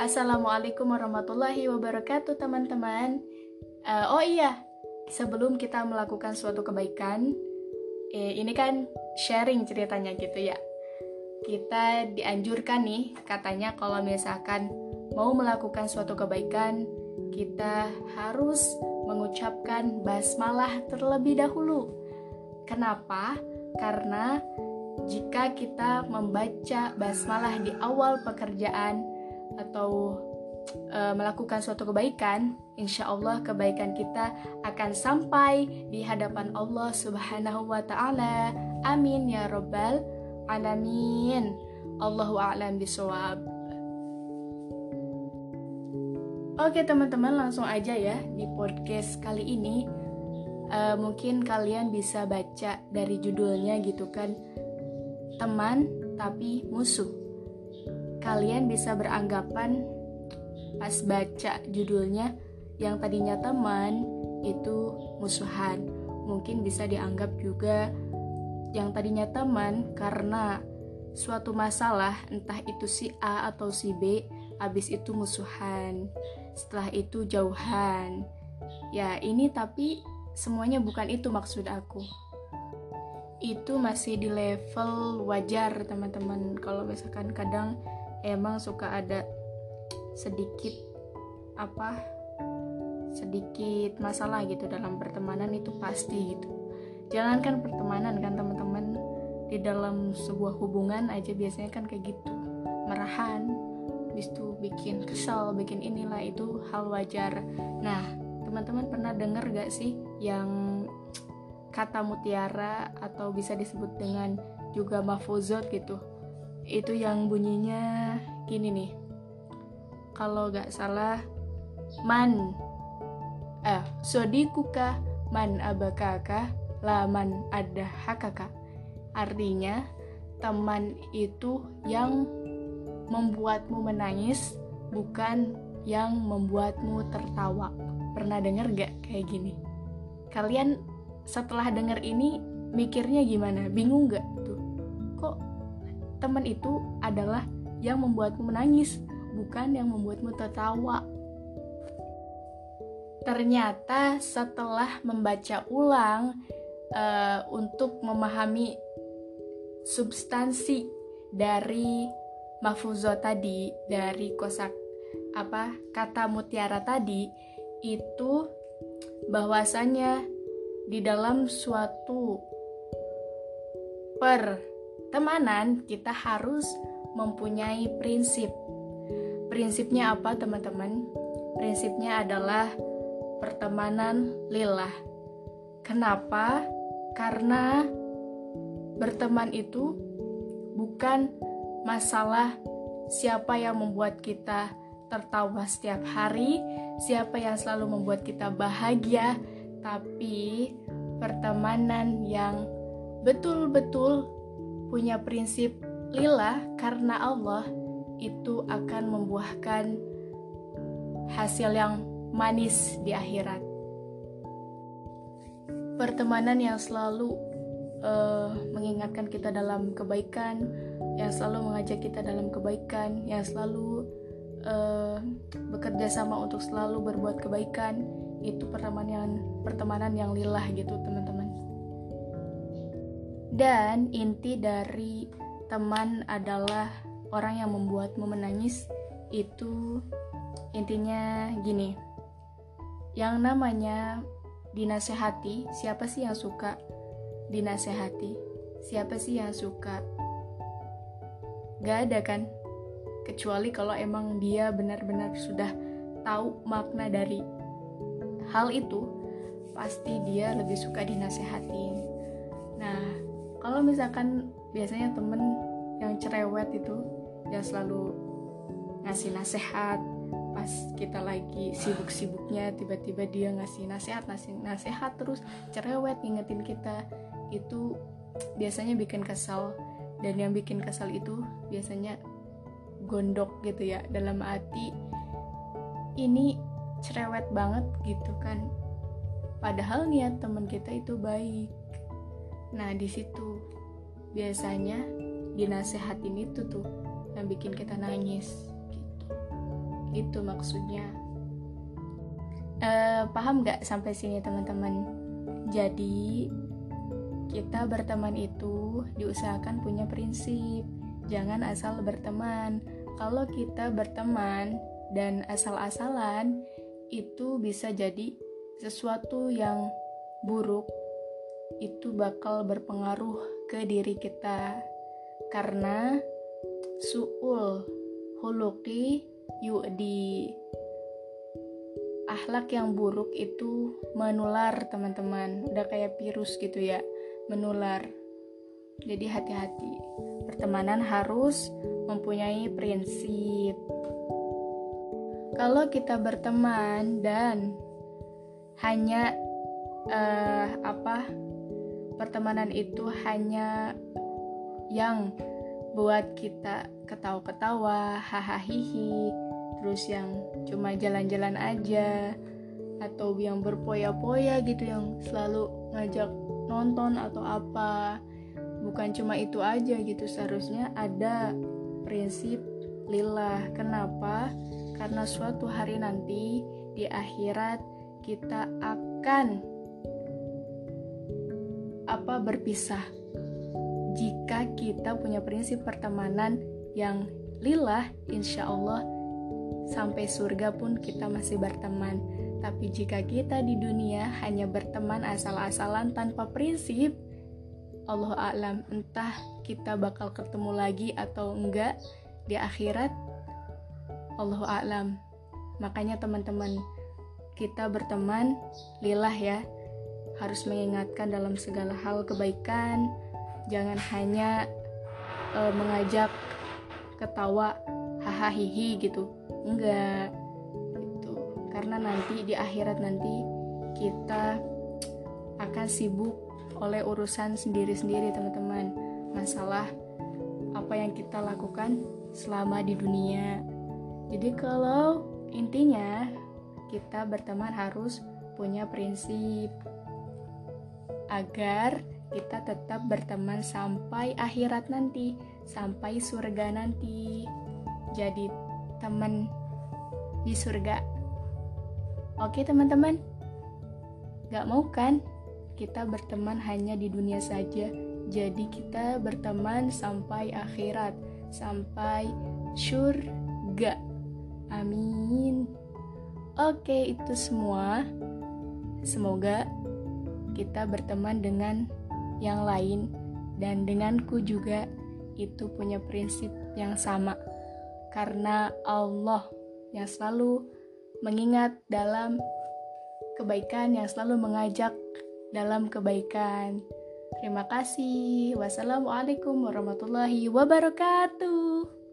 Assalamualaikum warahmatullahi wabarakatuh teman-teman. Oh iya, sebelum kita melakukan suatu kebaikan, ini kan sharing ceritanya gitu ya. Kita dianjurkan nih katanya kalau misalkan mau melakukan suatu kebaikan, kita harus mengucapkan basmalah terlebih dahulu. Kenapa? Karena jika kita membaca basmalah di awal pekerjaan atau melakukan suatu kebaikan, insya Allah kebaikan kita akan sampai di hadapan Allah Subhanahu wa Ta'ala. Amin ya Rabbal Alamin. Allahu a'lam bishawab. Oke teman-teman, langsung aja ya di podcast kali ini. Mungkin kalian bisa baca dari judulnya gitu kan, teman tapi musuh. Kalian bisa beranggapan pas baca judulnya yang tadinya teman itu musuhan. Mungkin bisa dianggap juga yang tadinya teman karena suatu masalah, entah itu si A atau si B, habis itu musuhan, setelah itu jauhan. Ya ini tapi semuanya bukan itu maksud aku. Itu masih di level wajar teman-teman. Kalau misalkan kadang emang suka ada sedikit masalah gitu dalam pertemanan, itu pasti gitu. Jangankan pertemanan kan teman-teman, di dalam sebuah hubungan aja biasanya kan kayak gitu, marahan, habis itu bikin kesal, bikin inilah, itu hal wajar. Nah teman-teman pernah dengar gak sih yang kata mutiara atau bisa disebut dengan juga mafuzot gitu? Itu yang bunyinya gini nih, kalau gak salah, sodikuka man abakaka laman ada hakaka. Artinya teman itu yang membuatmu menangis, bukan yang membuatmu tertawa. Pernah dengar gak kayak gini? Kalian setelah dengar ini mikirnya gimana? Bingung gak tuh? Kok teman itu adalah yang membuatmu menangis, bukan yang membuatmu tertawa? Ternyata setelah membaca ulang untuk memahami substansi dari mafuzot tadi, dari kata mutiara tadi, itu bahwasanya di dalam suatu pertemanan kita harus mempunyai prinsip. Prinsipnya apa teman-teman? Prinsipnya adalah pertemanan lillah. Kenapa? Karena berteman itu bukan masalah siapa yang membuat kita tertawa setiap hari, siapa yang selalu membuat kita bahagia, tapi pertemanan yang betul-betul punya prinsip lillah karena Allah, itu akan membuahkan hasil yang manis di akhirat. Pertemanan yang selalu mengingatkan kita dalam kebaikan, yang selalu mengajak kita dalam kebaikan, yang selalu bekerja sama untuk selalu berbuat kebaikan, itu pertemanan yang lillah gitu teman-teman. Dan inti dari teman adalah orang yang membuatmu menangis. Itu intinya gini, yang namanya dinasehati, siapa sih yang suka dinasehati? Siapa sih yang suka? Gak ada kan, kecuali kalau emang dia benar-benar sudah tahu makna dari hal itu, pasti dia lebih suka dinasehatin. Nah kalau misalkan biasanya temen yang cerewet itu, yang selalu ngasih nasihat pas kita lagi sibuk-sibuknya, tiba-tiba dia ngasih nasihat terus cerewet ngingetin kita, itu biasanya bikin kesal. Dan yang bikin kesal itu biasanya gondok gitu ya, dalam hati ini cerewet banget gitu kan, padahal niat teman kita itu baik. Nah di situ biasanya dinasehatin itu tuh yang bikin kita nangis gitu. Itu maksudnya. Paham gak sampai sini teman-teman? Jadi kita berteman itu diusahakan punya prinsip. Jangan asal berteman. Kalau kita berteman dan asal-asalan, itu bisa jadi sesuatu yang buruk. Itu bakal berpengaruh ke diri kita. Karena su'ul huluki yu'di. Akhlak yang buruk itu menular teman-teman. Udah kayak virus gitu ya, menular. Jadi hati-hati. Pertemanan harus mempunyai prinsip. Kalau kita berteman dan hanya pertemanan itu hanya yang buat kita ketawa-ketawa, hahaha, terus yang cuma jalan-jalan aja, atau yang berpoya-poya gitu, yang selalu ngajak nonton atau apa. Bukan cuma itu aja gitu, seharusnya ada prinsip lillah. Kenapa? Karena suatu hari nanti di akhirat kita akan berpisah. Jika kita punya prinsip pertemanan yang lillah, insya Allah sampai surga pun kita masih berteman. Tapi jika kita di dunia hanya berteman asal-asalan tanpa prinsip, Allah a'lam, entah kita bakal ketemu lagi atau enggak di akhirat, Allah a'lam. Makanya teman-teman, kita berteman lillah ya, harus mengingatkan dalam segala hal kebaikan. Jangan hanya mengajak ketawa hahaha gitu, enggak gitu. Karena nanti di akhirat nanti kita akan sibuk oleh urusan sendiri-sendiri teman-teman, masalah apa yang kita lakukan selama di dunia. Jadi kalau intinya kita berteman harus punya prinsip agar kita tetap berteman sampai akhirat nanti, sampai surga nanti, jadi teman di surga. Oke teman-teman, gak mau kan kita berteman hanya di dunia saja? Jadi kita berteman sampai akhirat, sampai surga. Amin. Oke, itu semua. Semoga kita berteman dengan yang lain dan denganku juga itu punya prinsip yang sama. Karena Allah yang selalu mengingat dalam kebaikan, yang selalu mengajak dalam kebaikan. Terima kasih. Wassalamualaikum warahmatullahi wabarakatuh.